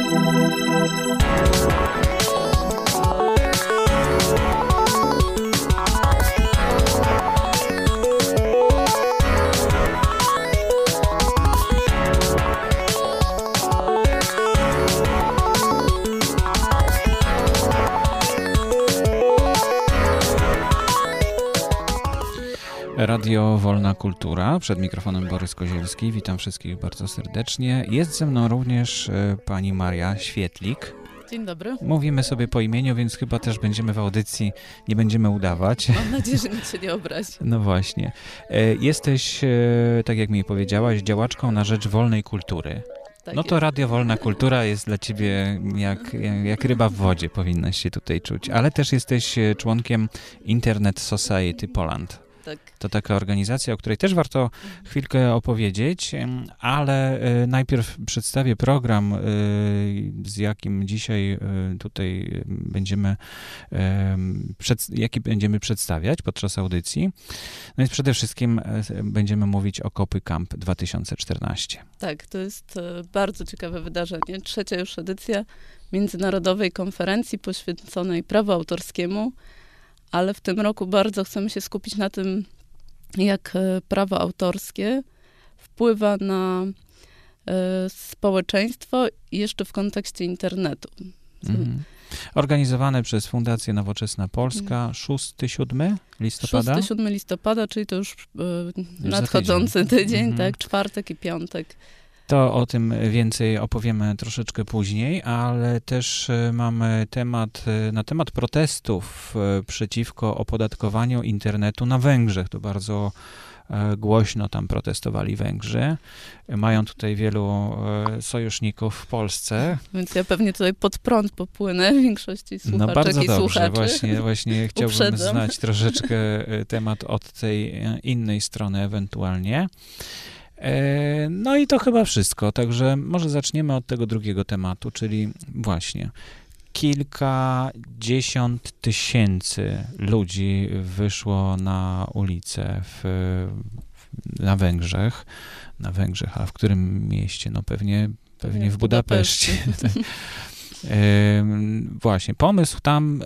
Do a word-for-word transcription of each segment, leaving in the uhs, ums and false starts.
Radio Wolna Kultura, przed mikrofonem Borys Kozielski, witam wszystkich bardzo serdecznie. Jest ze mną również y, pani Maria Świetlik. Dzień dobry. Mówimy sobie po imieniu, więc chyba też będziemy w audycji, nie będziemy udawać. Mam nadzieję, że nikt się nie obrazi. No właśnie. Y, jesteś, y, tak jak mi powiedziałaś, działaczką na rzecz wolnej kultury. Tak no to jest. Radio Wolna Kultura jest dla ciebie jak, jak, jak ryba w wodzie, powinnaś się tutaj czuć. Ale też jesteś członkiem Internet Society Poland. Tak. To taka organizacja, o której też warto chwilkę opowiedzieć, ale najpierw przedstawię program, z jakim dzisiaj tutaj będziemy, jaki będziemy przedstawiać podczas audycji. No więc przede wszystkim będziemy mówić o Kopy Camp dwa tysiące czternaście. Tak, to jest bardzo ciekawe wydarzenie. Trzecia już edycja międzynarodowej konferencji poświęconej prawu autorskiemu, ale w tym roku bardzo chcemy się skupić na tym, jak prawo autorskie wpływa na e, społeczeństwo i jeszcze w kontekście internetu. Mhm. Organizowane przez Fundację Nowoczesna Polska, szóstego siódmego listopada? szóstego siódmego listopada, czyli to już, e, już nadchodzący tydzień, tydzień mhm. tak, czwartek i piątek. To o tym więcej opowiemy troszeczkę później, ale też mamy temat, na temat protestów przeciwko opodatkowaniu internetu na Węgrzech. To bardzo głośno tam protestowali Węgrzy. Mają tutaj wielu sojuszników w Polsce. Więc ja pewnie tutaj pod prąd popłynę w większości słuchaczek no bardzo i dobrze. słuchaczy. Właśnie, właśnie chciałbym Uprzedzam. znać troszeczkę temat od tej innej strony ewentualnie. No i to chyba wszystko, także może zaczniemy od tego drugiego tematu, czyli właśnie kilkadziesiąt tysięcy ludzi wyszło na ulicę w, na Węgrzech, na Węgrzech, a w którym mieście? No pewnie, pewnie w Budapeszcie. Właśnie, pomysł tam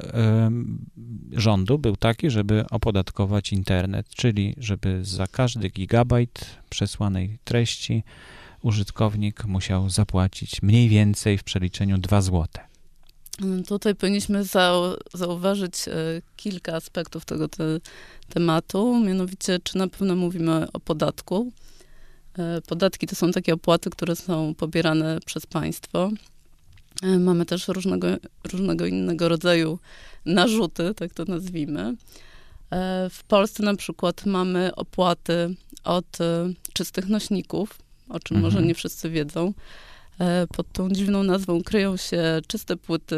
rządu był taki, żeby opodatkować internet, czyli żeby za każdy gigabajt przesłanej treści użytkownik musiał zapłacić mniej więcej w przeliczeniu dwa złote. Tutaj powinniśmy zau- zauważyć e, kilka aspektów tego te, tematu, mianowicie czy na pewno mówimy o podatku. E, podatki to są takie opłaty, które są pobierane przez państwo. Mamy też różnego, różnego innego rodzaju narzuty, tak to nazwijmy. W Polsce na przykład mamy opłaty od czystych nośników, o czym mhm. może nie wszyscy wiedzą. Pod tą dziwną nazwą kryją się czyste płyty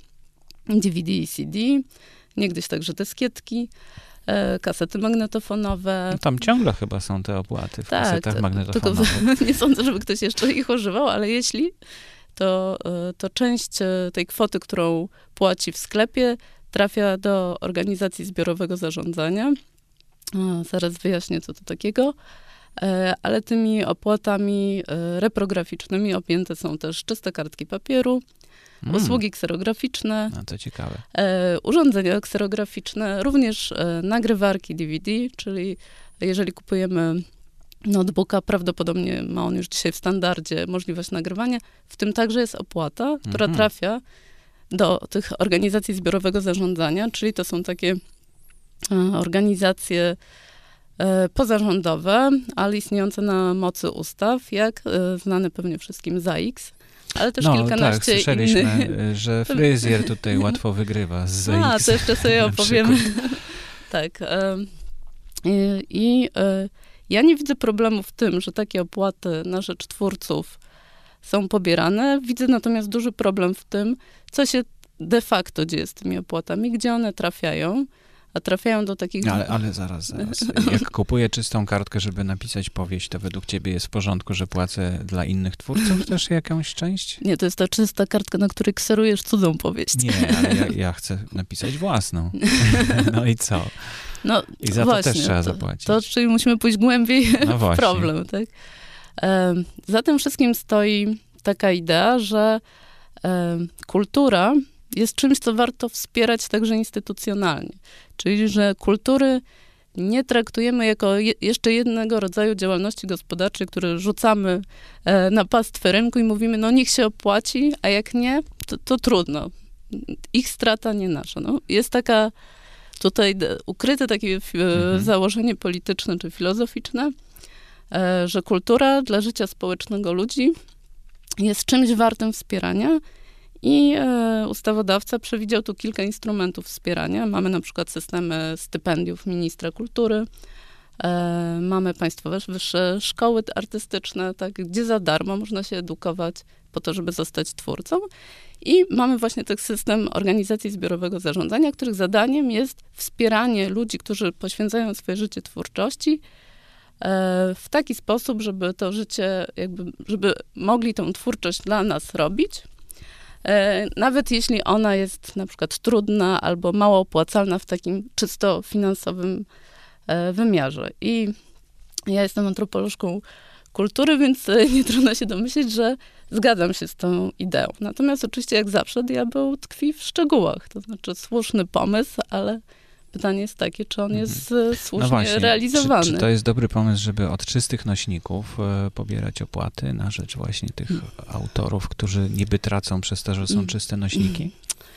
D V D i C D, niegdyś także dyskietki, kasety magnetofonowe. No tam ciągle chyba są te opłaty w tak, kasetach magnetofonowych. Tylko nie sądzę, żeby ktoś jeszcze ich używał, ale jeśli... To, to część tej kwoty, którą płaci w sklepie, trafia do organizacji zbiorowego zarządzania. A, zaraz wyjaśnię, co to takiego. E, ale tymi opłatami e, reprograficznymi objęte są też czyste kartki papieru, mm. usługi kserograficzne, no to ciekawe. E, urządzenia kserograficzne, również e, nagrywarki D V D, czyli jeżeli kupujemy notebooka, prawdopodobnie ma on już dzisiaj w standardzie możliwość nagrywania. W tym także jest opłata, która mhm. trafia do tych organizacji zbiorowego zarządzania, czyli to są takie e, organizacje e, pozarządowe, ale istniejące na mocy ustaw, jak e, znane pewnie wszystkim Z A X, ale też no, kilkanaście tak, słyszeliśmy, innych. że fryzjer tutaj łatwo wygrywa z Z A X. A, to jeszcze sobie opowiemy. tak. E, I... i e, Ja nie widzę problemu w tym, że takie opłaty na rzecz twórców są pobierane. Widzę natomiast duży problem w tym, co się de facto dzieje z tymi opłatami, gdzie one trafiają, a trafiają do takich... Ale, ale zaraz, zaraz. Jak kupuję czystą kartkę, żeby napisać powieść, to według ciebie jest w porządku, że płacę dla innych twórców też jakąś część? Nie, to jest ta czysta kartka, na której kserujesz cudzą powieść. Nie, ale ja, ja chcę napisać własną. No i co? No, I za właśnie, to też trzeba to, zapłacić. To, czyli musimy pójść głębiej no w problem, tak? E, za tym wszystkim stoi taka idea, że e, kultura jest czymś, co warto wspierać także instytucjonalnie. Czyli, że kultury nie traktujemy jako je, jeszcze jednego rodzaju działalności gospodarczej, które rzucamy e, na pastwę rynku i mówimy, no niech się opłaci, a jak nie, to, to trudno. Ich strata, nie nasza. No, jest taka tutaj ukryte takie mhm. założenie polityczne czy filozoficzne, e, że kultura dla życia społecznego ludzi jest czymś wartym wspierania i e, ustawodawca przewidział tu kilka instrumentów wspierania. Mamy na przykład systemy stypendiów ministra kultury, e, mamy państwowe wyższe szkoły artystyczne, tak, gdzie za darmo można się edukować po to, żeby zostać twórcą. I mamy właśnie ten system organizacji zbiorowego zarządzania, których zadaniem jest wspieranie ludzi, którzy poświęcają swoje życie twórczości e, w taki sposób, żeby to życie, jakby, żeby mogli tą twórczość dla nas robić. Nawet jeśli ona jest na przykład trudna albo mało opłacalna w takim czysto finansowym wymiarze. I ja jestem antropolożką kultury, więc nie trudno się domyśleć, że zgadzam się z tą ideą. Natomiast oczywiście jak zawsze diabeł tkwi w szczegółach. To znaczy słuszny pomysł, ale pytanie jest takie, czy on jest mhm. słusznie no właśnie, realizowany. Czy, czy to jest dobry pomysł, żeby od czystych nośników e, pobierać opłaty na rzecz właśnie tych hmm. autorów, którzy niby tracą przez to, że są hmm. czyste nośniki?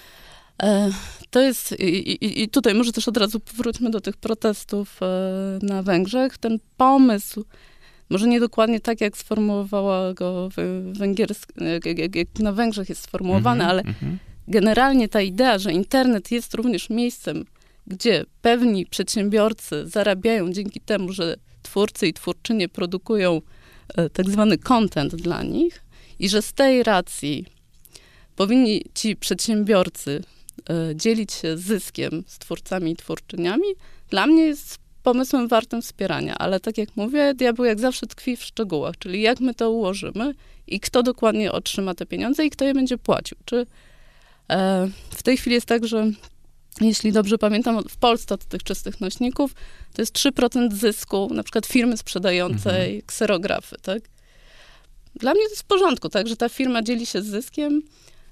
E, to jest, i, i, i tutaj może też od razu powróćmy do tych protestów e, na Węgrzech. Ten pomysł, może nie dokładnie tak, jak sformułowała go węgierska, jak, jak, jak na Węgrzech jest sformułowany, mm-hmm, ale mm-hmm. generalnie ta idea, że internet jest również miejscem, gdzie pewni przedsiębiorcy zarabiają dzięki temu, że twórcy i twórczynie produkują e, tak zwany content dla nich i że z tej racji powinni ci przedsiębiorcy e, dzielić się zyskiem z twórcami i twórczyniami, dla mnie jest pomysłem wartym wspierania. Ale tak jak mówię, diabeł jak zawsze tkwi w szczegółach, czyli jak my to ułożymy i kto dokładnie otrzyma te pieniądze i kto je będzie płacił. Czy e, w tej chwili jest tak, że jeśli dobrze pamiętam, w Polsce od tych czystych nośników to jest trzy procent zysku na przykład firmy sprzedającej mhm. kserografy, tak? Dla mnie to jest w porządku, tak, że ta firma dzieli się zyskiem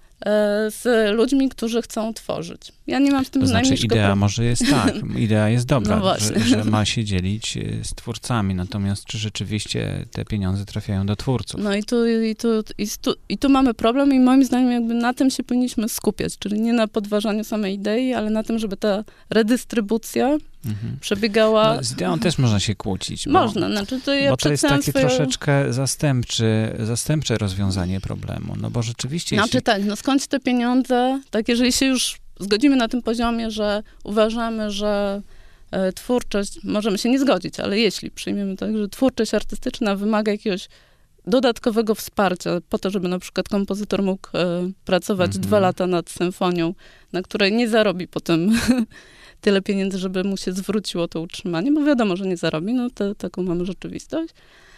e, z ludźmi, którzy chcą tworzyć. Ja nie mam z tym to znaczy najmniejszego idea problemu. może jest tak, idea jest dobra, no że, że ma się dzielić z twórcami, natomiast czy rzeczywiście te pieniądze trafiają do twórców? No i tu, i tu, i tu, i tu mamy problem i moim zdaniem jakby na tym się powinniśmy skupiać, czyli nie na podważaniu samej idei, ale na tym, żeby ta redystrybucja mhm. przebiegała... No, z ideą też można się kłócić. Bo, można, znaczy to ja Bo to jest takie swoje... troszeczkę zastępczy, zastępcze rozwiązanie problemu, no bo rzeczywiście... Znaczy jeśli... tak, no skądś te pieniądze, tak jeżeli się już zgodzimy na tym poziomie, że uważamy, że e, twórczość, możemy się nie zgodzić, ale jeśli przyjmiemy tak, że twórczość artystyczna wymaga jakiegoś dodatkowego wsparcia po to, żeby na przykład kompozytor mógł e, pracować mm-hmm. dwa lata nad symfonią, na której nie zarobi potem tyle pieniędzy, żeby mu się zwróciło to utrzymanie, bo wiadomo, że nie zarobi, no to taką mamy rzeczywistość.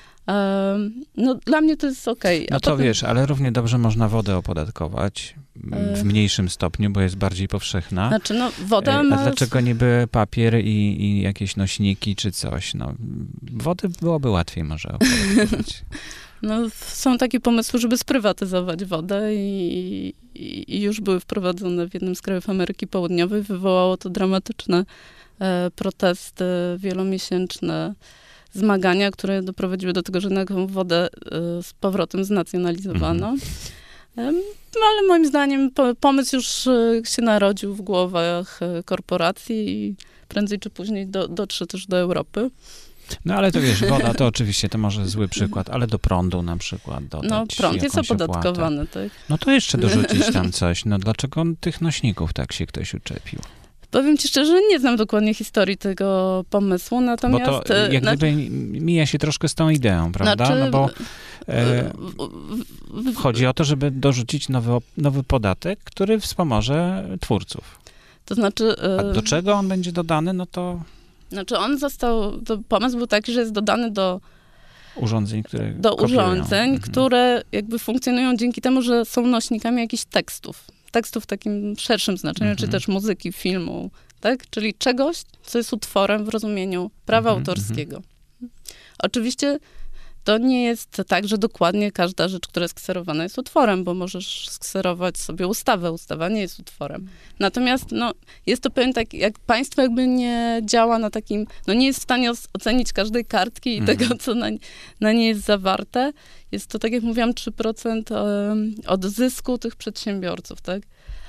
No dla mnie to jest okej. Okay. No to potem... wiesz, ale równie dobrze można wodę opodatkować w mniejszym stopniu, bo jest bardziej powszechna. Znaczy no woda ma... A dlaczego niby papier i, i jakieś nośniki czy coś? No wody byłoby łatwiej może opodatkować. No są takie pomysły, żeby sprywatyzować wodę i, i, i już były wprowadzone w jednym z krajów Ameryki Południowej. Wywołało to dramatyczne e, protesty wielomiesięczne, zmagania, które doprowadziły do tego, że taką wodę y, z powrotem znacjonalizowano. Mm-hmm. No, ale moim zdaniem po, pomysł już y, się narodził w głowach y, korporacji i prędzej czy później do, dotrze też do Europy. No ale to wiesz, woda to oczywiście to może zły przykład, ale do prądu na przykład dodać No prąd jest opodatkowany, tak? No to jeszcze dorzucić tam coś. No dlaczego tych nośników tak się ktoś uczepił? Powiem ci szczerze, nie znam dokładnie historii tego pomysłu, natomiast... Bo to jak na... gdyby mija się troszkę z tą ideą, prawda? Znaczy... No bo e, chodzi o to, żeby dorzucić nowy, nowy podatek, który wspomoże twórców. To znaczy... E... A do czego on będzie dodany, no to... Znaczy on został... To pomysł był taki, że jest dodany do... Urządzeń, które Do kopiują. urządzeń, mhm. które jakby funkcjonują dzięki temu, że są nośnikami jakichś tekstów. Tekstów w takim szerszym znaczeniu, mm-hmm. czy też muzyki, filmu, tak? Czyli czegoś, co jest utworem w rozumieniu prawa mm-hmm. autorskiego. Oczywiście to nie jest tak, że dokładnie każda rzecz, która jest kserowana, jest utworem, bo możesz skserować sobie ustawę. Ustawa nie jest utworem. Natomiast no, jest to pewien tak, jak państwo jakby nie działa na takim, no nie jest w stanie ocenić każdej kartki i mm. tego, co na, na niej jest zawarte. Jest to, tak jak mówiłam, trzy procent od zysku tych przedsiębiorców, tak?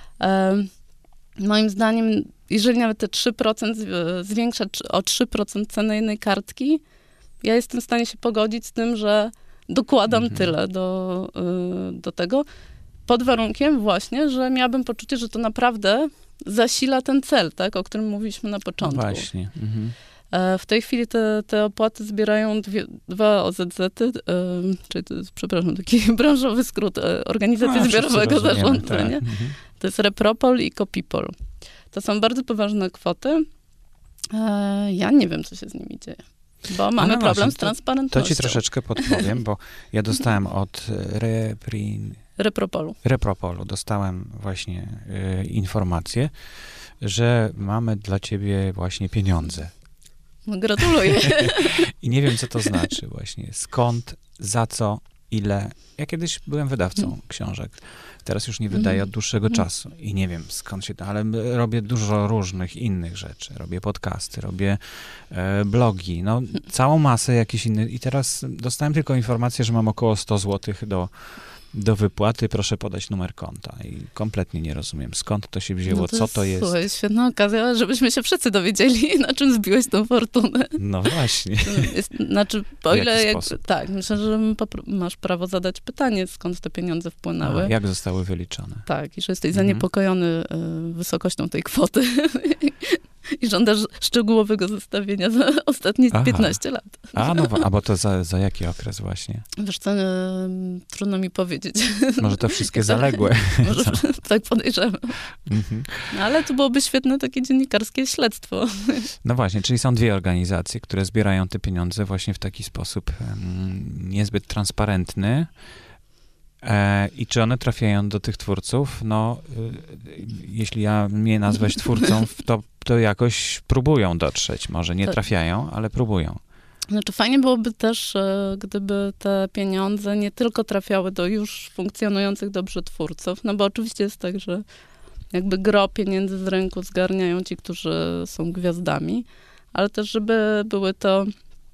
Moim zdaniem, jeżeli nawet te trzy procent zwiększa o trzy procent cenę jednej kartki, ja jestem w stanie się pogodzić z tym, że dokładam mhm. tyle do, do tego, pod warunkiem właśnie, że miałabym poczucie, że to naprawdę zasila ten cel, tak, o którym mówiliśmy na początku. No właśnie. Mhm. W tej chwili te, te opłaty zbierają dwie, dwa O Z Z-y, czyli to jest, przepraszam, taki branżowy skrót, Organizacji A, Zbiorowego Zarządzania. Tak. Mhm. To jest Repropol i Copipol. To są bardzo poważne kwoty. Ja nie wiem, co się z nimi dzieje. Bo mamy no problem właśnie, z transparentnością. To, to ci troszeczkę podpowiem, bo ja dostałem od Reprin... Repropolu. Repropolu dostałem właśnie y, informację, że mamy dla ciebie właśnie pieniądze. No, gratuluję. I nie wiem, co to znaczy właśnie. Skąd, za co, ile. Ja kiedyś byłem wydawcą hmm. książek. Teraz już nie wydaję od dłuższego hmm. czasu i nie wiem, skąd się to, ale robię dużo różnych innych rzeczy. Robię podcasty, robię e, blogi, no całą masę jakichś innych. I teraz dostałem tylko informację, że mam około sto złotych do do wypłaty, proszę podać numer konta. I kompletnie nie rozumiem, skąd to się wzięło, no to co to jest. Słuchaj, świetna okazja, żebyśmy się wszyscy dowiedzieli, na czym zbiłeś tą fortunę. No właśnie. Jest, znaczy, o ile... Jak, sposób? tak, myślę, że masz prawo zadać pytanie, skąd te pieniądze wpłynęły. A, jak zostały wyliczone. Tak, i że jesteś mhm. zaniepokojony y, wysokością tej kwoty. I żądasz szczegółowego zestawienia za ostatnie Aha. piętnaście lat. A, no, a bo to za, za jaki okres właśnie? Wiesz co, y, trudno mi powiedzieć. Może to wszystkie zaległe. Może tak podejrzewam. Mhm. No, ale to byłoby świetne takie dziennikarskie śledztwo. No właśnie, czyli są dwie organizacje, które zbierają te pieniądze właśnie w taki sposób um, niezbyt transparentny. E, I czy one trafiają do tych twórców? No, y, jeśli ja mnie nazwać twórcą, to, to jakoś próbują dotrzeć. Może nie trafiają, ale próbują. Znaczy fajnie byłoby też, gdyby te pieniądze nie tylko trafiały do już funkcjonujących dobrze twórców, no bo oczywiście jest tak, że jakby gro pieniędzy z rynku zgarniają ci, którzy są gwiazdami, ale też żeby były to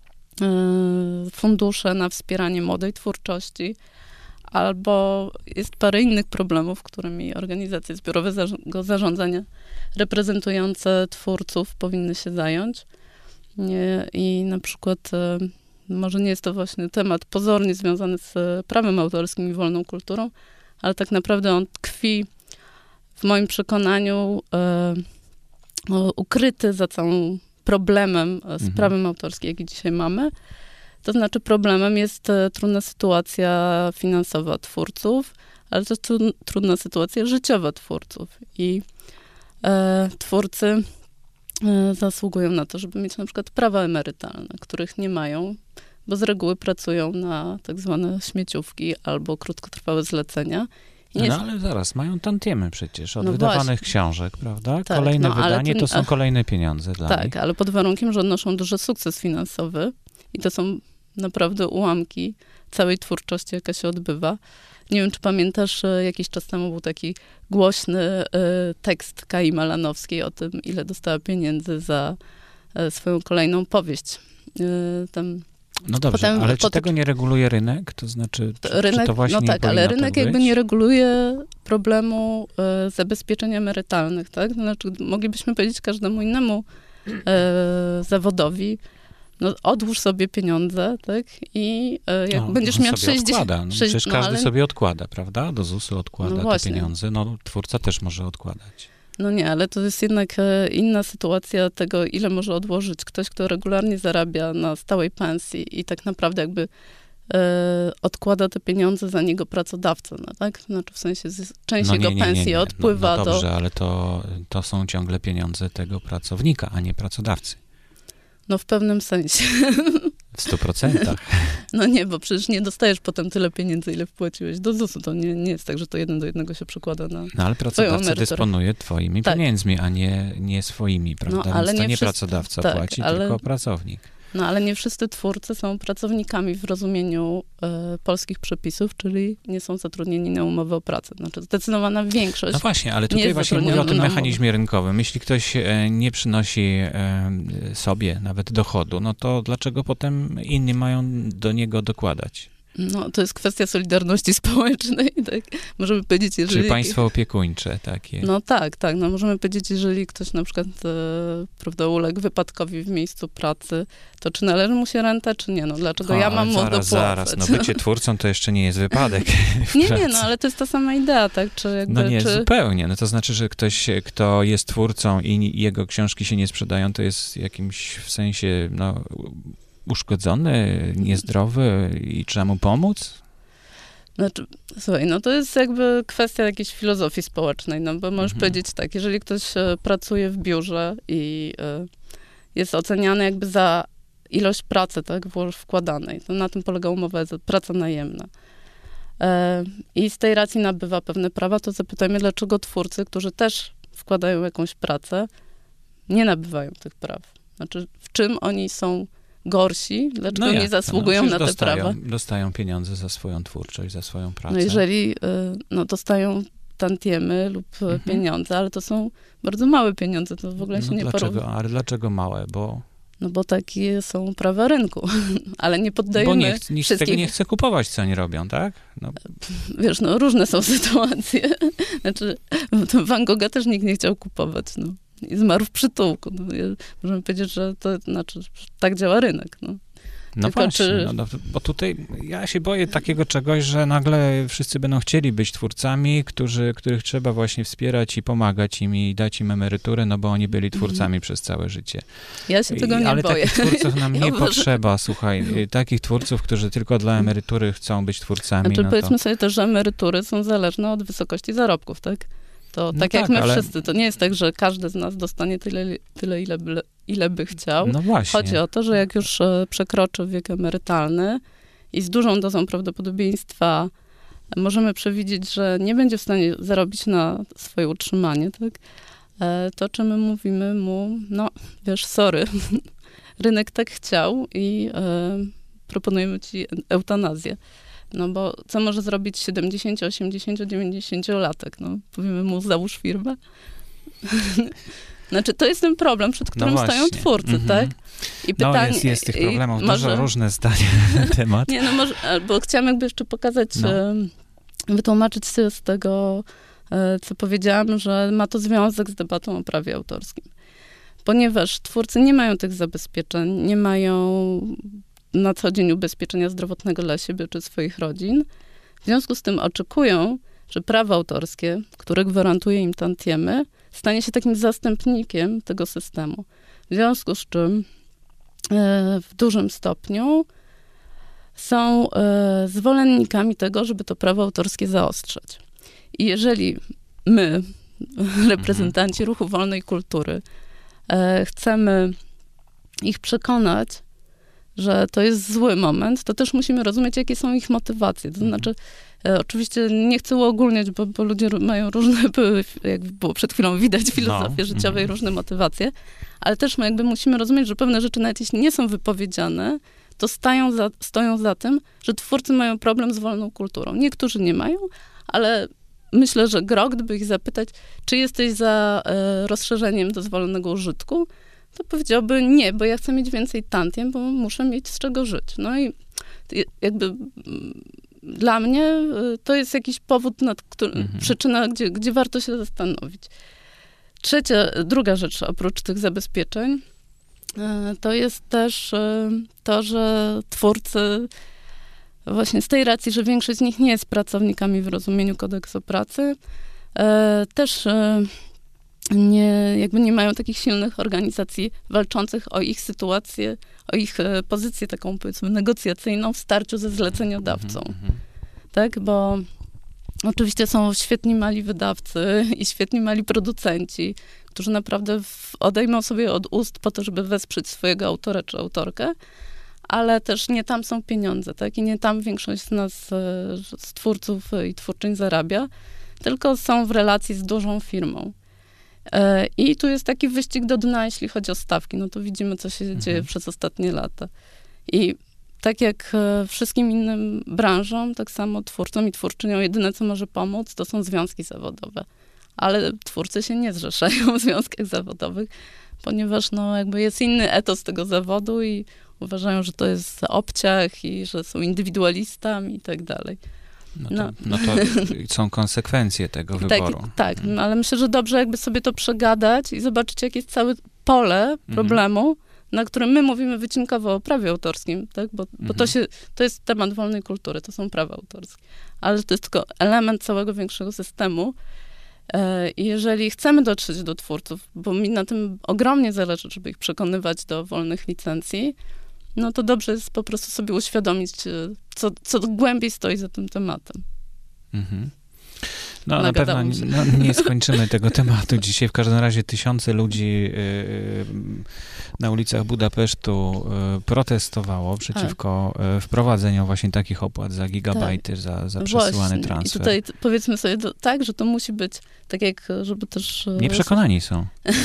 y, fundusze na wspieranie młodej twórczości, albo jest parę innych problemów, którymi organizacje zbiorowego zarządzania reprezentujące twórców powinny się zająć. Nie, I na przykład, może nie jest to właśnie temat pozornie związany z prawem autorskim i wolną kulturą, ale tak naprawdę on tkwi w moim przekonaniu e, ukryty za całym problemem z mhm. prawem autorskim, jaki dzisiaj mamy. To znaczy problemem jest trudna sytuacja finansowa twórców, ale też trudna sytuacja życiowa twórców. I e, twórcy e, zasługują na to, żeby mieć na przykład prawa emerytalne, których nie mają, bo z reguły pracują na tak zwane śmieciówki albo krótkotrwałe zlecenia. No, no ale zaraz, mają tantiemy przecież od no wydawanych właśnie. książek, prawda? Tak, Kolejne no, wydanie ten, to są kolejne pieniądze dla tak, nich. Tak, ale pod warunkiem, że odnoszą duży sukces finansowy i to są naprawdę ułamki całej twórczości, jaka się odbywa. Nie wiem, czy pamiętasz, jakiś czas temu był taki głośny y, tekst Kai Malanowskiej o tym, ile dostała pieniędzy za y, swoją kolejną powieść. Y, tam No dobrze, potem, ale czy potem, tego nie reguluje rynek? To znaczy, czy, rynek, czy to właśnie no tak, nie ale rynek tak jakby nie reguluje problemu y, zabezpieczeń emerytalnych, tak? Znaczy, moglibyśmy powiedzieć każdemu innemu y, zawodowi, no odłóż sobie pieniądze, tak? I y, jak no, będziesz miał sześćdziesiąt... Odkłada. No, przecież no, każdy ale... sobie odkłada, prawda? Do zusu odkłada no te pieniądze. No twórca też może odkładać. No nie, ale to jest jednak inna sytuacja tego, ile może odłożyć ktoś, kto regularnie zarabia na stałej pensji i tak naprawdę jakby e, odkłada te pieniądze za niego pracodawca, no tak? Znaczy w sensie część no jego nie, nie, pensji nie, nie. odpływa no, no dobrze, do... ale to, to są ciągle pieniądze tego pracownika, a nie pracodawcy. No w pewnym sensie. W stu procentach. No nie, bo przecież nie dostajesz potem tyle pieniędzy, ile wpłaciłeś do zusu. To nie, nie jest tak, że to jeden do jednego się przekłada na No ale pracodawca dysponuje twoimi tak. pieniędzmi, a nie, nie swoimi, prawda? No, ale Więc to nie, nie wszystko. pracodawca tak, płaci, ale... tylko pracownik. No ale nie wszyscy twórcy są pracownikami w rozumieniu e, polskich przepisów, czyli nie są zatrudnieni na umowę o pracę. Znaczy zdecydowana większość. No właśnie, ale tutaj właśnie mówię o tym mechanizmie rynkowym. Jeśli ktoś e, nie przynosi e, sobie nawet dochodu, no to dlaczego potem inni mają do niego dokładać? No, to jest kwestia solidarności społecznej, tak? Możemy powiedzieć, jeżeli... Czyli państwo opiekuńcze takie. No tak, tak. No możemy powiedzieć, jeżeli ktoś na przykład e, prawda, uległ wypadkowi w miejscu pracy, to czy należy mu się renta, czy nie? No dlaczego o, ja mam mu dopłacać? Zaraz, zaraz. No bycie twórcą to jeszcze nie jest wypadek w Nie, pracy. nie, no ale to jest ta sama idea, tak? Czy jakby, no nie, czy... zupełnie. No to znaczy, że ktoś, kto jest twórcą i jego książki się nie sprzedają, to jest jakimś w sensie, no... uszkodzony, niezdrowy i trzeba mu pomóc? Znaczy, słuchaj, no to jest jakby kwestia jakiejś filozofii społecznej, no bo możesz mhm. powiedzieć tak, jeżeli ktoś e, pracuje w biurze i e, jest oceniany jakby za ilość pracy, tak, wkładanej, to na tym polega umowa, jest praca najemna. E, I z tej racji nabywa pewne prawa, to zapytajmy, dlaczego twórcy, którzy też wkładają jakąś pracę, nie nabywają tych praw. Znaczy, w czym oni są gorsi, dlaczego no nie zasługują no, na te dostają, prawa. Dostają pieniądze za swoją twórczość, za swoją pracę. No jeżeli no, dostają tantiemy lub mhm. pieniądze, ale to są bardzo małe pieniądze, to w ogóle się no nie dlaczego? porówna. Ale dlaczego małe? Bo... No bo takie są prawa rynku, ale nie poddajemy Bo nikt, nikt wszystkich... tego nie chce kupować, co oni robią, tak? No. Wiesz, no różne są sytuacje. Znaczy, Van Gogha też nikt nie chciał kupować, no. I zmarł w przytułku. No, możemy powiedzieć, że to znaczy, że tak działa rynek, no. No Tylko właśnie, czy... no, no, bo tutaj ja się boję takiego czegoś, że nagle wszyscy będą chcieli być twórcami, którzy, których trzeba właśnie wspierać i pomagać im i dać im emeryturę, no bo oni byli twórcami mm. przez całe życie. Ja się tego nie Ale boję. takich twórców nam ja nie może... potrzeba, słuchaj. Takich twórców, którzy tylko dla emerytury chcą być twórcami. Znaczy, no powiedzmy to... sobie też, że emerytury są zależne od wysokości zarobków, tak? To no tak, tak jak my ale... wszyscy. To nie jest tak, że każdy z nas dostanie tyle, tyle ile, by, ile by chciał. No właśnie. Chodzi o to, że jak już e, przekroczy wiek emerytalny i z dużą dozą prawdopodobieństwa możemy przewidzieć, że nie będzie w stanie zarobić na swoje utrzymanie, tak? E, to, czy my mówimy mu, no wiesz, sorry, rynek tak chciał i e, proponujemy ci eutanazję. No bo co może zrobić siedemdziesięcio-, osiemdziesięcio-, dziewięćdziesięciolatek? No, powiemy mu, załóż firmę. Znaczy, to jest ten problem, przed którym no stają twórcy, mm-hmm. tak? I pytanie, no jest, jest tych problemów, może, dużo różne zdania na ten temat. Nie, no może, bo chciałam jakby jeszcze pokazać, no. wytłumaczyć się z tego, co powiedziałam, że ma to związek z debatą o prawie autorskim. Ponieważ twórcy nie mają tych zabezpieczeń, nie mają na co dzień ubezpieczenia zdrowotnego dla siebie czy swoich rodzin. W związku z tym oczekują, że prawo autorskie, które gwarantuje im tantiemy, stanie się takim zastępnikiem tego systemu. W związku z czym e, w dużym stopniu są e, zwolennikami tego, żeby to prawo autorskie zaostrzać. I jeżeli my, reprezentanci ruchu wolnej kultury, e, chcemy ich przekonać, że to jest zły moment, to też musimy rozumieć, jakie są ich motywacje. To znaczy, e, oczywiście nie chcę uogólniać, bo, bo ludzie mają różne, jak było przed chwilą widać, filozofie no. życiowe i różne motywacje, ale też my jakby musimy rozumieć, że pewne rzeczy nawet jeśli nie są wypowiedziane, to stają za, stoją za tym, że twórcy mają problem z wolną kulturą. Niektórzy nie mają, ale myślę, że gro, gdyby ich zapytać, czy jesteś za e, rozszerzeniem dozwolonego użytku, to powiedziałby nie, bo ja chcę mieć więcej tantiem, bo muszę mieć z czego żyć. No i jakby dla mnie to jest jakiś powód, nad którym, mhm. przyczyna, gdzie, gdzie warto się zastanowić. Trzecia, druga rzecz oprócz tych zabezpieczeń, to jest też to, że twórcy właśnie z tej racji, że większość z nich nie jest pracownikami w rozumieniu kodeksu pracy, też nie, jakby nie mają takich silnych organizacji walczących o ich sytuację, o ich pozycję taką, powiedzmy, negocjacyjną w starciu ze zleceniodawcą. Mm-hmm. Tak, bo oczywiście są świetni mali wydawcy i świetni mali producenci, którzy naprawdę w, odejmą sobie od ust po to, żeby wesprzeć swojego autora czy autorkę, ale też nie tam są pieniądze, tak, i nie tam większość z nas, z twórców i twórczyń zarabia, tylko są w relacji z dużą firmą. I tu jest taki wyścig do dna, jeśli chodzi o stawki. No to widzimy, co się mhm. dzieje przez ostatnie lata. I tak jak wszystkim innym branżom, tak samo twórcom i twórczyniom jedyne, co może pomóc, to są związki zawodowe. Ale twórcy się nie zrzeszają w związkach zawodowych, ponieważ no jakby jest inny etos tego zawodu i uważają, że to jest obciach i że są indywidualistami i tak dalej. No to, no. no to są konsekwencje tego wyboru. Tak, tak hmm. ale myślę, że dobrze jakby sobie to przegadać i zobaczyć, jakie jest całe pole problemu, hmm. na którym my mówimy wycinkowo o prawie autorskim, tak? Bo, bo hmm. to, się, to jest temat wolnej kultury, to są prawa autorskie. Ale to jest tylko element całego większego systemu. I jeżeli chcemy dotrzeć do twórców, bo mi na tym ogromnie zależy, żeby ich przekonywać do wolnych licencji, no to dobrze jest po prostu sobie uświadomić, co, co głębiej stoi za tym tematem. Mhm. No na pewno nie, no, nie skończymy tego tematu dzisiaj. W każdym razie tysiące ludzi yy, na ulicach Budapesztu yy, protestowało przeciwko yy, wprowadzeniu właśnie takich opłat za gigabajty, tak. za, za przesyłany właśnie. transfer. I tutaj powiedzmy sobie to, tak, że to musi być tak jak, żeby też... Nieprzekonani są.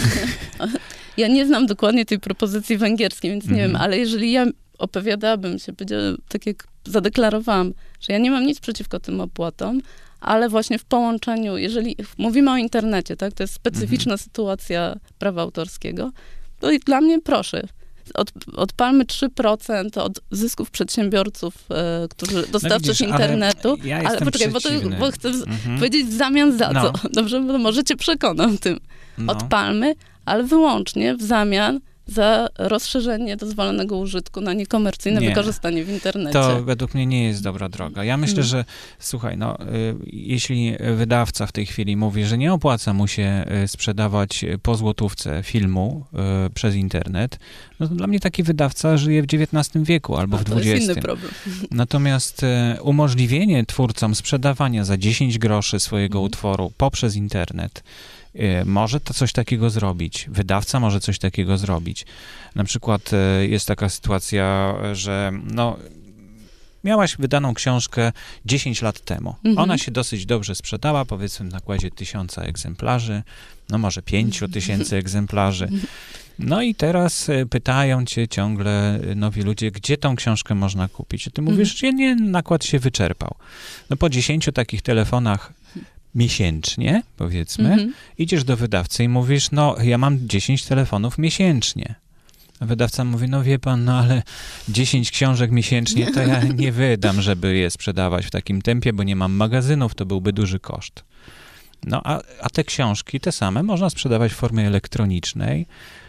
Ja nie znam dokładnie tej propozycji węgierskiej, więc nie mm. wiem, ale jeżeli ja opowiadałabym się, tak jak zadeklarowałam, że ja nie mam nic przeciwko tym opłatom, ale właśnie w połączeniu, jeżeli mówimy o internecie, tak, to jest specyficzna mm-hmm. sytuacja prawa autorskiego, to i dla mnie proszę, od, odpalmy trzy procent od zysków przedsiębiorców, e, którzy dostawców no widzisz, internetu, ale, ja ale poczekaj, bo, to, bo chcę mm-hmm. powiedzieć w zamian za no. co. Dobrze, bo może cię przekonam tym. No. Odpalmy, ale wyłącznie w zamian za rozszerzenie dozwolonego użytku na niekomercyjne nie. wykorzystanie w internecie. To według mnie nie jest dobra droga. Ja myślę, no. że słuchaj, no, y, jeśli wydawca w tej chwili mówi, że nie opłaca mu się y, sprzedawać po złotówce filmu y, przez internet, no to dla mnie taki wydawca żyje w dziewiętnastym wieku albo A, w to dwudziestym. jest inny problem. Natomiast y, umożliwienie twórcom sprzedawania za dziesięć groszy swojego mm. utworu poprzez internet może to coś takiego zrobić. Wydawca może coś takiego zrobić. Na przykład jest taka sytuacja, że no, miałaś wydaną książkę dziesięć lat temu. Mhm. Ona się dosyć dobrze sprzedała, powiedzmy w nakładzie tysiąca egzemplarzy, no może pięciu tysięcy egzemplarzy. No i teraz pytają cię ciągle nowi ludzie, gdzie tą książkę można kupić. I ty mówisz, że nie, nakład się wyczerpał. No po dziesięciu takich telefonach miesięcznie, powiedzmy, mm-hmm. idziesz do wydawcy i mówisz, no ja mam dziesięć telefonów miesięcznie. A wydawca mówi, no wie pan, no ale dziesięć książek miesięcznie to ja nie wydam, żeby je sprzedawać w takim tempie, bo nie mam magazynów, to byłby duży koszt. No a, a te książki, te same, można sprzedawać w formie elektronicznej,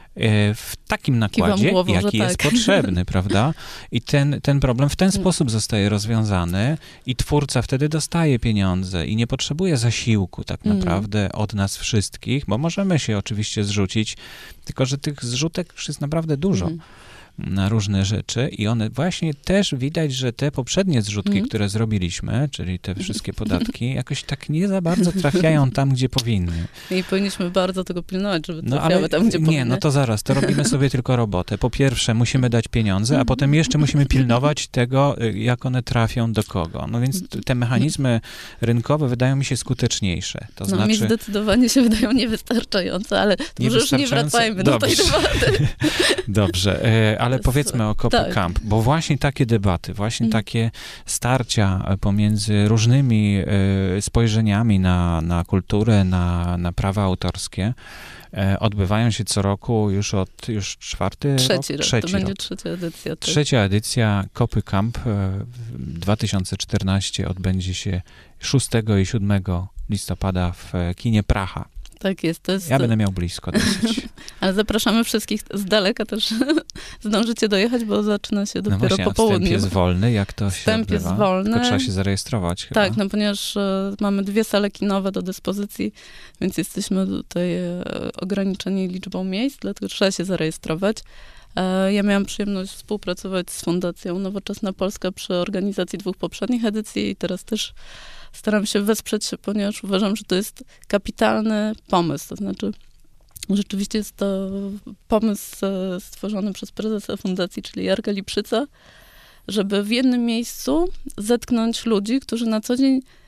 w takim nakładzie, głową, jaki jest tak. potrzebny, prawda? I ten, ten problem w ten sposób zostaje rozwiązany i twórca wtedy dostaje pieniądze i nie potrzebuje zasiłku tak naprawdę mm. od nas wszystkich, bo możemy się oczywiście zrzucić, tylko że tych zrzutek już jest naprawdę dużo. Mm. na różne rzeczy i one właśnie też widać, że te poprzednie zrzutki, mm. które zrobiliśmy, czyli te wszystkie podatki, jakoś tak nie za bardzo trafiają tam, gdzie powinny. I powinniśmy bardzo tego pilnować, żeby no, trafiały ale tam, gdzie nie, powinny. no to zaraz, to robimy sobie tylko robotę. Po pierwsze musimy dać pieniądze, a potem jeszcze musimy pilnować tego, jak one trafią do kogo. No więc te mechanizmy rynkowe wydają mi się skuteczniejsze. To no znaczy... mi zdecydowanie się wydają niewystarczające, ale może już nie wracajmy do tej debaty. Dobrze, ale powiedzmy o Copy tak. Camp, bo właśnie takie debaty, właśnie mm. takie starcia pomiędzy różnymi spojrzeniami na, na kulturę, na, na prawa autorskie odbywają się co roku już od już czwarty Trzeci rok? rok, Trzeci to będzie rok. trzecia edycja. Tak. Trzecia edycja Copy Camp dwa tysiące czternasty odbędzie się szóstego i siódmego listopada w kinie Praha. Tak jest. To jest... Ja będę miał blisko dosyć. Ale zapraszamy wszystkich z daleka też. Zdążycie dojechać, bo zaczyna się dopiero no właśnie, po południu. Wstęp jest wolny, jak to się Wstęp odbywa? jest wolny. Tylko trzeba się zarejestrować chyba. Tak, no ponieważ e, mamy dwie sale kinowe do dyspozycji, więc jesteśmy tutaj e, ograniczeni liczbą miejsc, dlatego trzeba się zarejestrować. E, ja miałam przyjemność współpracować z Fundacją Nowoczesna Polska przy organizacji dwóch poprzednich edycji i teraz też staram się wesprzeć się, ponieważ uważam, że to jest kapitalny pomysł. To znaczy, rzeczywiście jest to pomysł stworzony przez prezesa fundacji, czyli Jarka Liprzyca, żeby w jednym miejscu zetknąć ludzi, którzy na co dzień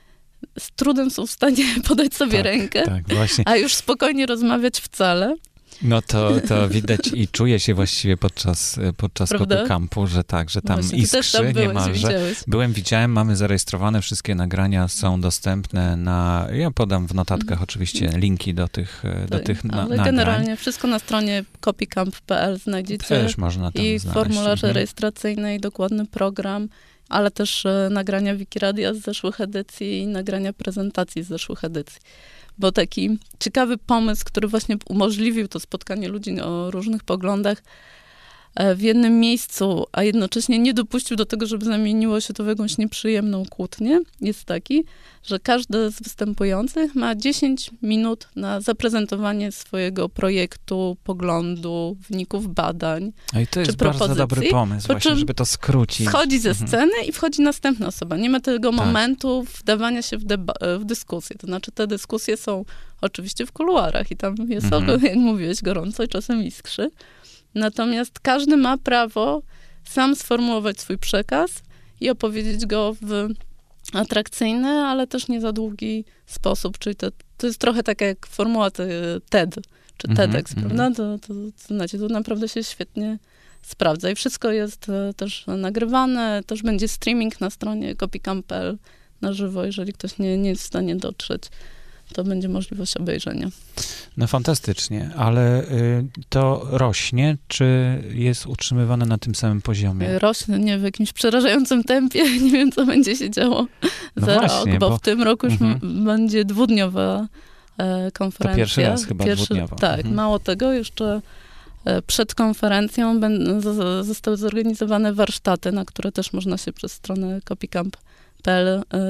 z trudem są w stanie podać sobie tak, rękę, tak, właśnie. a już spokojnie rozmawiać wcale. No to, to widać i czuje się właściwie podczas, podczas Copycampu, że tak, że tam Właśnie, iskrzy ty też tam byłeś, niemalże. widziałeś. Byłem, widziałem, mamy zarejestrowane, wszystkie nagrania są dostępne na, ja podam w notatkach mm. oczywiście linki do tych, tak, do tych na, ale nagrań. Generalnie wszystko na stronie copycamp kropka p l znajdziecie. Też można tam I znaleźć. formularze mhm. rejestracyjne i dokładny program, ale też e, nagrania Wikiradia z zeszłych edycji i nagrania prezentacji z zeszłych edycji. Bo taki ciekawy pomysł, który właśnie umożliwił to spotkanie ludzi o różnych poglądach w jednym miejscu, a jednocześnie nie dopuścił do tego, żeby zamieniło się to w jakąś nieprzyjemną kłótnię, jest taki, że każdy z występujących ma dziesięć minut na zaprezentowanie swojego projektu, poglądu, wyników badań. No i to jest czy propozycji, bardzo dobry pomysł, właśnie, żeby to skrócić. Schodzi ze mhm. sceny i wchodzi następna osoba. Nie ma tego tak. momentu wdawania się w, deba- w dyskusję. To znaczy te dyskusje są oczywiście w kuluarach i tam jest, mhm. jak mówiłeś, gorąco i czasem iskrzy. Natomiast każdy ma prawo sam sformułować swój przekaz i opowiedzieć go w atrakcyjny, ale też nie za długi sposób. Czyli to, to jest trochę tak jak formuła TED, czy mm-hmm, TEDx, mm-hmm. prawda? To, to, to, znaczy, to naprawdę się świetnie sprawdza. I wszystko jest też nagrywane, też będzie streaming na stronie copycamp kropka p l na żywo, jeżeli ktoś nie, nie jest w stanie dotrzeć, to będzie możliwość obejrzenia. No fantastycznie, ale y, to rośnie, czy jest utrzymywane na tym samym poziomie? Rośnie w jakimś przerażającym tempie. Nie wiem, co będzie się działo no za właśnie, rok, bo, bo w tym roku już mhm. m- będzie dwudniowa e, konferencja. To pierwszy raz chyba pierwszy, dwudniowa. Tak, mhm. mało tego, jeszcze e, przed konferencją ben, z, zostały zorganizowane warsztaty, na które też można się przez stronę copycamp kropka p l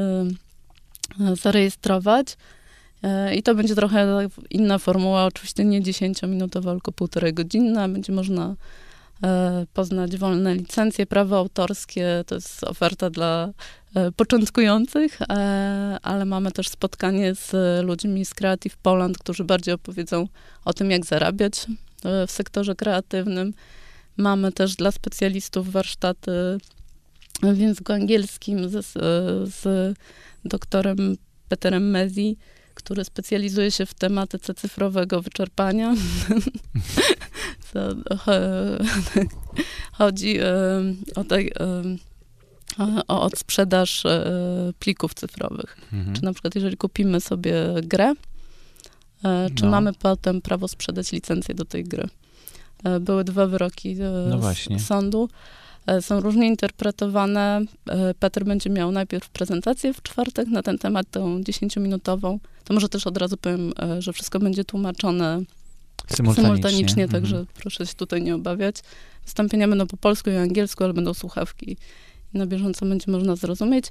e, zarejestrować. I to będzie trochę inna formuła, oczywiście nie dziesięciominutowa, tylko półtorej godzinna. Będzie można e, poznać wolne licencje, prawa autorskie. To jest oferta dla e, początkujących, e, ale mamy też spotkanie z ludźmi z Creative Poland, którzy bardziej opowiedzą o tym, jak zarabiać e, w sektorze kreatywnym. Mamy też dla specjalistów warsztaty w języku angielskim z, z doktorem Peterem Mezi, który specjalizuje się w tematyce cyfrowego wyczerpania. Chodzi o, tej, o odsprzedaż plików cyfrowych. Mhm. Czy na przykład jeżeli kupimy sobie grę, czy no. mamy potem prawo sprzedać licencję do tej gry. Były dwa wyroki no z sądu. Są różnie interpretowane. Peter będzie miał najpierw prezentację w czwartek na ten temat, tą dziesięciominutową. To może też od razu powiem, że wszystko będzie tłumaczone symultanicznie, symultanicznie mhm. także proszę się tutaj nie obawiać. Wystąpienia będą po polsku i angielsku, ale będą słuchawki i na bieżąco będzie można zrozumieć.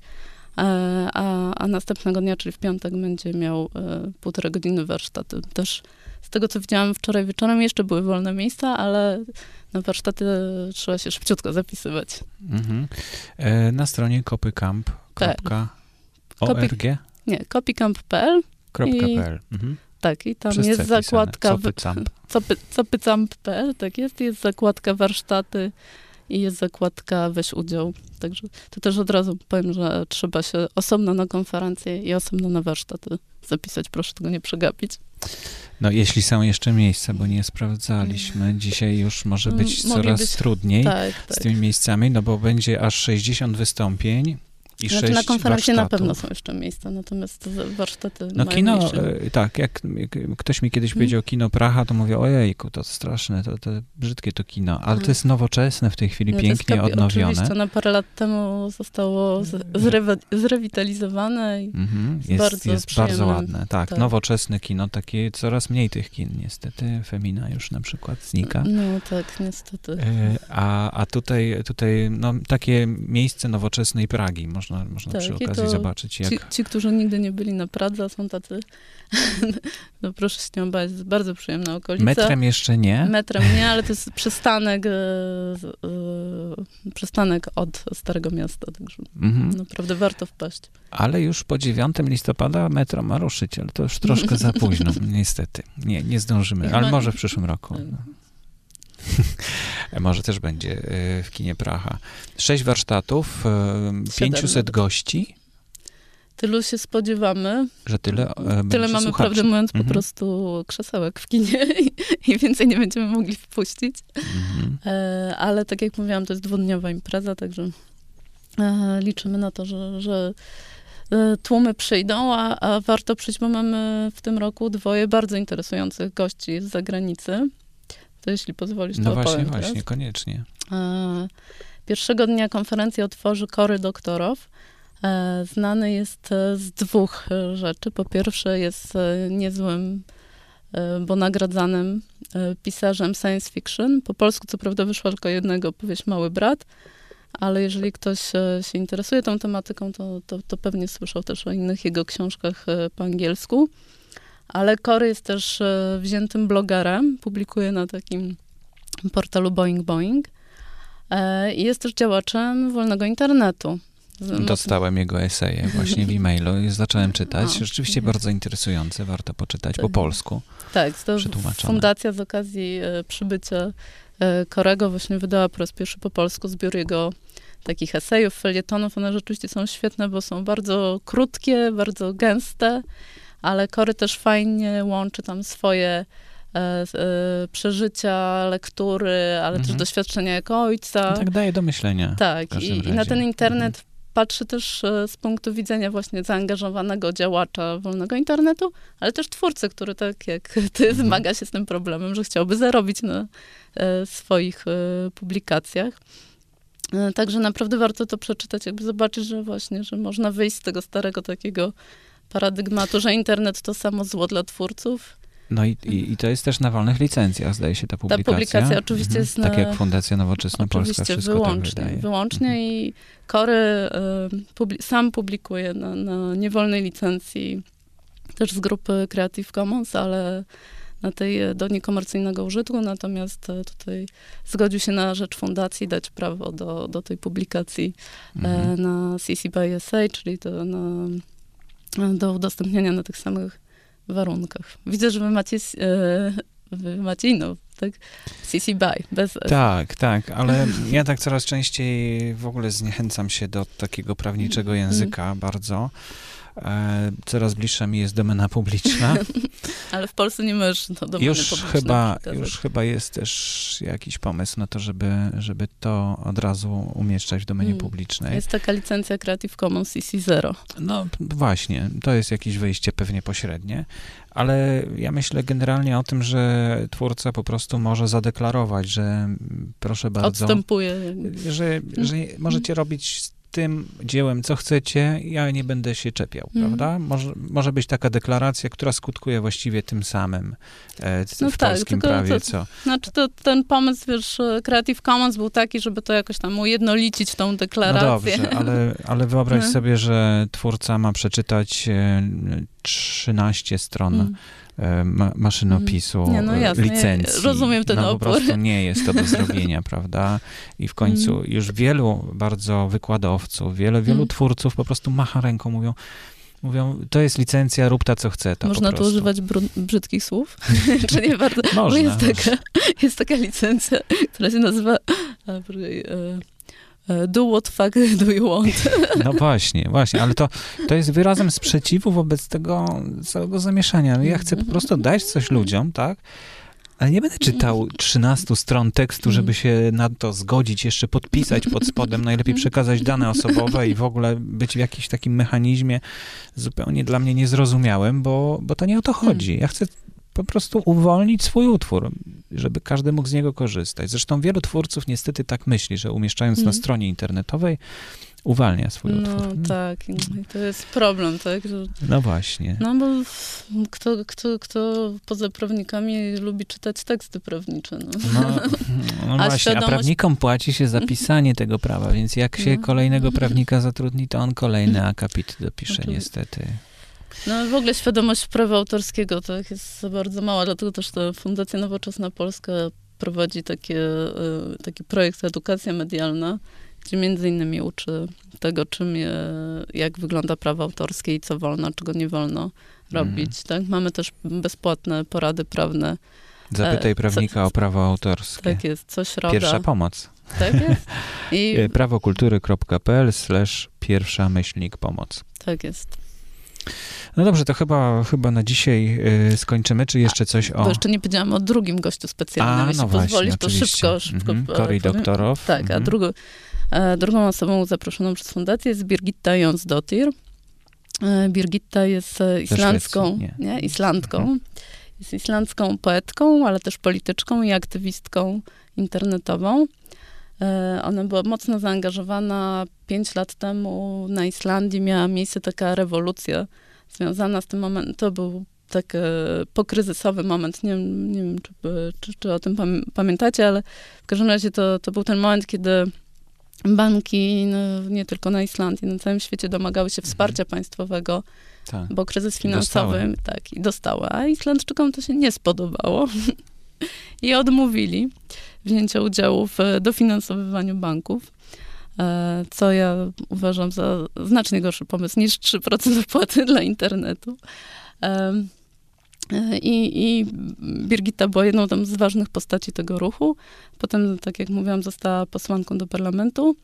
A, a następnego dnia, czyli w piątek, będzie miał półtorej godziny warsztaty. Też z tego, co widziałam wczoraj wieczorem, jeszcze były wolne miejsca, ale na warsztaty trzeba się szybciutko zapisywać. Mhm. E, na stronie copycamp kropka org? Nie, copycamp kropka p l. .pl. Mhm. Tak, i tam Przez jest C zakładka... Copycamp. copycamp kropka p l, tak jest. Jest zakładka warsztaty i jest zakładka weź udział. Także to też od razu powiem, że trzeba się osobno na konferencję i osobno na warsztaty zapisać. Proszę tego nie przegapić. No, jeśli są jeszcze miejsca, bo nie sprawdzaliśmy. Dzisiaj już może być coraz być, trudniej tak, z tak. tymi miejscami, no bo będzie aż sześćdziesiąt wystąpień i znaczy, sześć na konferencji warsztatów. na pewno są jeszcze miejsca, natomiast warsztaty No mają kino, jeszcze... tak, jak, jak ktoś mi kiedyś hmm. powiedział kino Praha, to mówię, ojejku, to straszne, to, to brzydkie to kino, ale hmm. to jest nowoczesne w tej chwili, no, pięknie kapi- odnowione. Oczywiście, no parę lat temu zostało z, zre- zrewitalizowane i mm-hmm. jest, jest bardzo Jest bardzo ładne, tak, tak, nowoczesne kino, takie coraz mniej tych kin, niestety, Femina już na przykład znika. No tak, niestety. A, a tutaj, tutaj, no, takie miejsce nowoczesnej Pragi, można, można tak, przy okazji zobaczyć, jak... Ci, ci, którzy nigdy nie byli na Pradze, są tacy, no proszę się nie obawiać, jest bardzo przyjemna okolica. Metrem jeszcze nie? Metrem nie, ale to jest przystanek, e, e, przystanek od Starego Miasta, także mm-hmm. naprawdę warto wpaść. Ale już po dziewiątego listopada metro ma ruszyć, ale to już troszkę za późno, niestety. Nie, nie zdążymy, ale może w przyszłym roku. Może też będzie w kinie Praha. Sześć warsztatów, pięćset gości. Tylu się spodziewamy. Że tyle e, Tyle mamy, słuchaczy. prawdę mówiąc, po Mhm. prostu krzesełek w kinie i, i więcej nie będziemy mogli wpuścić. Mhm. E, ale tak jak mówiłam, to jest dwudniowa impreza, także e, liczymy na to, że, że e, tłumy przyjdą, a, a warto przyjść, bo mamy w tym roku dwoje bardzo interesujących gości z zagranicy. To jeśli pozwolisz, to No opowiem właśnie, teraz. właśnie, koniecznie. E, Pierwszego dnia konferencji otworzy Cory Doktorow. E, Znany jest e, z dwóch e, rzeczy. Po pierwsze jest e, niezłym, e, bo nagradzanym e, pisarzem science fiction. Po polsku co prawda wyszła tylko jednego powieść Mały Brat, ale jeżeli ktoś e, się interesuje tą tematyką, to, to, to pewnie słyszał też o innych jego książkach e, po angielsku. Ale Cory jest też e, wziętym blogerem. Publikuje na takim portalu Boing Boing. I jest też działaczem wolnego internetu. Dostałem jego eseje właśnie w e-mailu i zacząłem czytać. A, Rzeczywiście mhm. bardzo interesujące, warto poczytać Tak. po polsku. Tak, to Przetłumaczone. fundacja z okazji e, przybycia e, Corego właśnie wydała po raz pierwszy po polsku zbiór jego takich esejów, felietonów. One rzeczywiście są świetne, bo są bardzo krótkie, bardzo gęste, ale Cory też fajnie łączy tam swoje e, e, przeżycia, lektury, ale Mhm. też doświadczenia jako ojca. No tak daje do myślenia. Tak, w każdym i, i razie. na ten internet Mhm. patrzy też e, z punktu widzenia właśnie zaangażowanego działacza wolnego internetu, ale też twórcy, który tak jak ty Mhm. zmaga się z tym problemem, że chciałby zarobić na e, swoich e, publikacjach. E, także naprawdę warto to przeczytać, jakby zobaczyć, że właśnie, że można wyjść z tego starego takiego paradygmatu, że internet to samo zło dla twórców. No i, i, i to jest też na wolnych licencjach, zdaje się, ta publikacja. publikacja oczywiście jest Tak na- jak Fundacja Nowoczesna Polska Oczywiście, wszystko wyłącznie. tak wydaje. Wyłącznie Mhm. i Cory y, publi- sam publikuje na, na niewolnej licencji, też z grupy Creative Commons, ale na tej e, do niekomercyjnego użytku, natomiast e, tutaj zgodził się na rzecz fundacji dać prawo do, do tej publikacji Mhm. e, na C C B Y S A, czyli to na, do udostępniania na tych samych warunkach. Widzę, że wy macie, e, wy macie inną, tak? C C B Y, bez S. Tak, tak, ale ja tak coraz częściej w ogóle zniechęcam się do takiego prawniczego języka bardzo. E, coraz bliższa mi jest domena publiczna. Ale w Polsce nie możesz do domeny Już publicznej chyba, przekazać. już chyba jest też jakiś pomysł na to, żeby, żeby to od razu umieszczać w domenie Mm. publicznej. Jest taka licencja Creative Commons C C zero. No właśnie, to jest jakieś wyjście pewnie pośrednie, ale ja myślę generalnie o tym, że twórca po prostu może zadeklarować, że mm, proszę bardzo, Odstępuje. że, że możecie robić z tym dziełem, co chcecie, ja nie będę się czepiał, Mm. prawda? Może, może być taka deklaracja, która skutkuje właściwie tym samym e, c- No w tak, polskim tylko prawie, to- co... Znaczy to, ten pomysł, wiesz, Creative Commons był taki, żeby to jakoś tam ujednolicić tą No deklarację. dobrze, ale, ale wyobraź No. sobie, że twórca ma przeczytać e, trzynaście stron Mm. e, ma, maszynopisu, Nie, no jasne, licencji. ja rozumiem ten no, opór. po prostu nie jest to do zrobienia, prawda? I w końcu Mm. już wielu bardzo wykładowców, wiele, wielu Mm. twórców po prostu macha ręką, mówią, mówią, to jest licencja, rób ta, co chce. Ta Można po tu prostu. używać bru- brzydkich słów? Czy nie bardzo? Bo Można, jest można. taka, jest taka licencja, która się nazywa a, poczekaj, e, e, Do what fuck do you want? No właśnie, właśnie, ale to, to jest wyrazem sprzeciwu wobec tego całego zamieszania. Ja chcę po prostu dać coś ludziom, tak? Ale nie będę czytał trzynastu stron tekstu, żeby się na to zgodzić, jeszcze podpisać pod spodem, najlepiej przekazać dane osobowe i w ogóle być w jakimś takim mechanizmie zupełnie dla mnie niezrozumiałym, bo, bo to nie o to chodzi. Ja chcę po prostu uwolnić swój utwór, żeby każdy mógł z niego korzystać. Zresztą wielu twórców niestety tak myśli, że umieszczając na Mm. stronie internetowej uwalnia swój No utwór. tak, i to jest problem, tak? Że, No właśnie. no bo kto, kto, kto poza prawnikami lubi czytać teksty prawnicze, no. No, no A właśnie, a świadomość- prawnikom płaci się za pisanie tego prawa, więc jak się No. kolejnego prawnika zatrudni, to on kolejny akapit dopisze Oczywiście. niestety. No w ogóle świadomość prawa autorskiego tak jest bardzo mała, dlatego też ta Fundacja Nowoczesna Polska prowadzi takie, e, taki projekt Edukacja Medialna, gdzie między innymi uczy tego, czym je, jak wygląda prawo autorskie i co wolno, czego nie wolno robić. Tak? Mamy też bezpłatne porady prawne. Zapytaj E, prawnika co- o prawo autorskie. Tak jest, co środa. Pierwsza pomoc. Tak jest. I prawokultury kropka p l slash pierwsza myślnik pomoc. tak jest. No dobrze, to chyba, chyba na dzisiaj y, skończymy. Czy jeszcze coś o... Bo jeszcze nie powiedziałam o drugim gościu specjalnym. A, Jeśli no właśnie, pozwolisz, to oczywiście. szybko, szybko Mhm. Cory powiem. Doktorow. Tak, mhm. a drugo, e, drugą osobą zaproszoną przez fundację jest Birgitta Jonsdottir. E, Birgitta jest e, islandzką, Szwecji, nie. nie? Islandką. Mhm. Jest islandzką poetką, ale też polityczką i aktywistką internetową. E, ona była mocno zaangażowana. Pięć lat temu na Islandii miała miejsce taka rewolucja związana z tym momentem. To był taki pokryzysowy moment. Nie, nie wiem, czy, czy, czy o tym pam- pamiętacie, ale w każdym razie to, to był ten moment, kiedy banki, no, nie tylko na Islandii, na całym świecie domagały się wsparcia Mhm. państwowego, Tak. bo kryzys finansowy, Dostały. tak, i dostały. A Islandczykom to się nie spodobało i odmówili wzięcia udziału w dofinansowywaniu banków, e, co ja uważam za znacznie gorszy pomysł niż trzy procent opłaty dla internetu. E, I, I Birgitta była jedną tam z ważnych postaci tego ruchu. Potem, tak jak mówiłam, została posłanką do parlamentu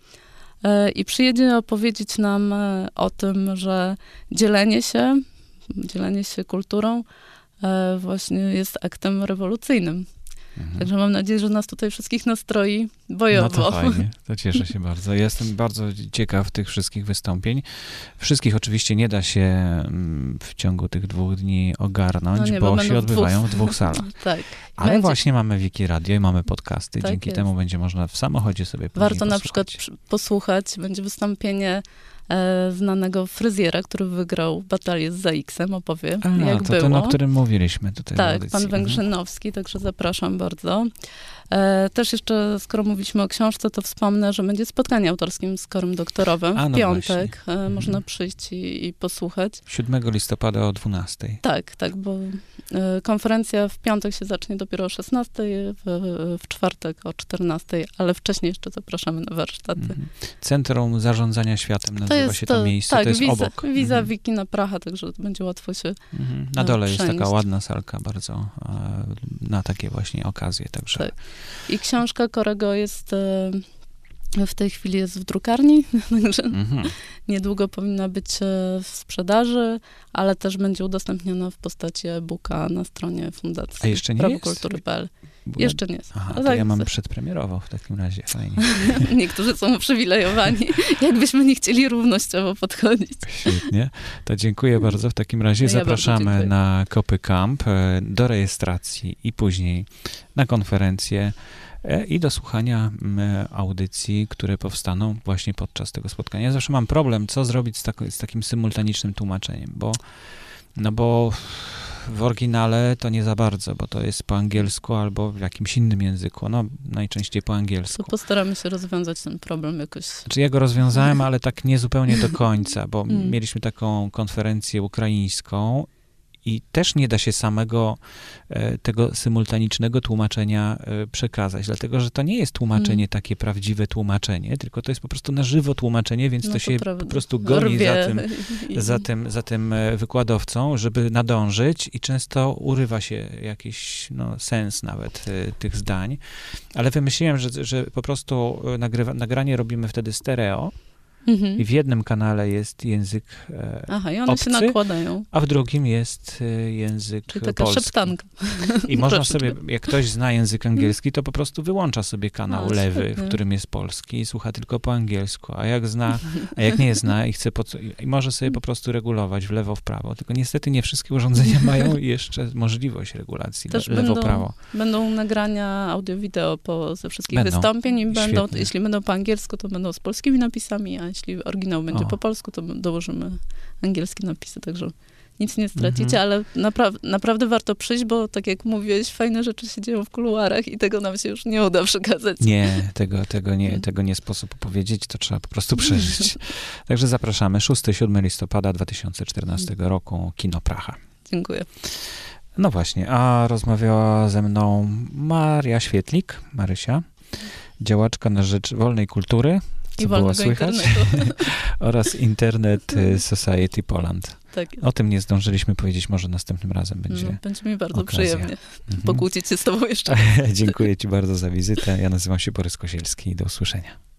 e, i przyjedzie opowiedzieć nam e, o tym, że dzielenie się, dzielenie się kulturą e, właśnie jest aktem rewolucyjnym. Mhm. Także mam nadzieję, że nas tutaj wszystkich nastroi No bojowo. to fajnie, to cieszę się bardzo. Jestem bardzo ciekaw tych wszystkich wystąpień. Wszystkich oczywiście nie da się mm, w ciągu tych dwóch dni ogarnąć, No nie, bo bo się będą w odbywają dwóch- w dwóch salach. Tak. Ale Będzie- właśnie mamy Wiki Radio i mamy podcasty. Tak Dzięki jest. temu będzie można w samochodzie sobie później Warto na przykład posłuchać. przy- posłuchać, będzie wystąpienie e, znanego fryzjera, który wygrał batalię z Zaiksem, opowie, A, jak to było. ten, o którym mówiliśmy tutaj w Tak, audycji. pan Mhm. Węgrzynowski, także zapraszam bardzo. E, też jeszcze, skoro mówiliśmy o książce, to wspomnę, że będzie spotkanie autorskim z Corym Doktorowem A, w no piątek. E, Mhm. Można przyjść i, i posłuchać. siódmego listopada o dwunastej. Tak, tak, bo e, konferencja w piątek się zacznie dopiero o szesnastej, w, w czwartek o czternastej, ale wcześniej jeszcze zapraszamy na warsztaty. Mhm. Centrum Zarządzania Światem nazywa się to, miejsce, tak, to jest wiza, obok. Wiza Mhm. Wiki na Praha, także będzie łatwo się... Mhm. Na dole jest taka przenieść. ładna salka bardzo e, na takie właśnie okazje, także Tak. I książka Corego jest... E, w tej chwili jest w drukarni, także mhm. niedługo powinna być e, w sprzedaży, ale też będzie udostępniona w postaci e-booka na stronie Fundacji A jeszcze nie prawo jest? kultury kropka p l. Była- Jeszcze nie jest. Aha, A to tak, ja mam za- przedpremierowo w takim razie, fajnie. Niektórzy są uprzywilejowani, jakbyśmy nie chcieli równościowo podchodzić. Świetnie. To dziękuję bardzo. W takim razie Ja bardzo zapraszamy dziękuję. na Kopy Camp e, do rejestracji i później na konferencję e, i do słuchania m, audycji, które powstaną właśnie podczas tego spotkania. Ja zawsze mam problem, co zrobić z, tak, z takim symultanicznym tłumaczeniem, bo no bo w oryginale to nie za bardzo, bo to jest po angielsku albo w jakimś innym języku, no najczęściej po To angielsku. postaramy się rozwiązać ten problem jakoś. Znaczy ja go rozwiązałem, ale tak nie zupełnie do końca, bo Mm. mieliśmy taką konferencję ukraińską i też nie da się samego e, tego symultanicznego tłumaczenia e, przekazać, dlatego że to nie jest tłumaczenie Mm. takie prawdziwe tłumaczenie, tylko to jest po prostu na żywo tłumaczenie, więc No to się prawda. po prostu goni Rwie za tym, i- za tym, za tym e, wykładowcą, żeby nadążyć i często urywa się jakiś no, sens nawet e, tych zdań, ale wymyśliłem, że, że po prostu e, nagrywa, nagranie robimy wtedy stereo Mhm. i w jednym kanale jest język, e, Aha, i one obcy, się nakładają. a w drugim jest e, język Czyli taka polski. szeptanka. I można Troszeczkę. sobie, jak ktoś zna język angielski, to po prostu wyłącza sobie kanał A, lewy, świetnie. w którym jest polski i słucha tylko po angielsku, a jak zna, a jak nie zna i chce, po, co- i może sobie po prostu regulować w lewo, w prawo, tylko niestety nie wszystkie urządzenia mają jeszcze możliwość regulacji Też lewo, będą- prawo. Będą nagrania audio-wideo po, ze wszystkich Będą. wystąpień i będą, Świetnie. jeśli będą po angielsku, to będą z polskimi napisami, a jeśli oryginał będzie O. po polsku, to dołożymy angielskie napisy, także nic nie stracicie, Mhm. ale napra- naprawdę warto przyjść, bo tak jak mówiłeś, fajne rzeczy się dzieją w kuluarach i tego nam się już nie uda przekazać. Nie, tego, tego, nie, tego nie sposób opowiedzieć, to trzeba po prostu przeżyć. Także zapraszamy, szóstego siódmego listopada dwa tysiące czternastego roku, Kino Praha. Dziękuję. No właśnie, a rozmawiała ze mną Maria Świetlik, Marysia, działaczka na rzecz wolnej kultury, co I było wolnego słychać, internetu. oraz Internet Society Poland. Tak jest. O tym nie zdążyliśmy powiedzieć, może następnym razem będzie. No, będzie mi bardzo okazja. przyjemnie Mhm. pokłócić się z tobą jeszcze. Dziękuję ci bardzo za wizytę. Ja nazywam się Borys Kozielski i do usłyszenia.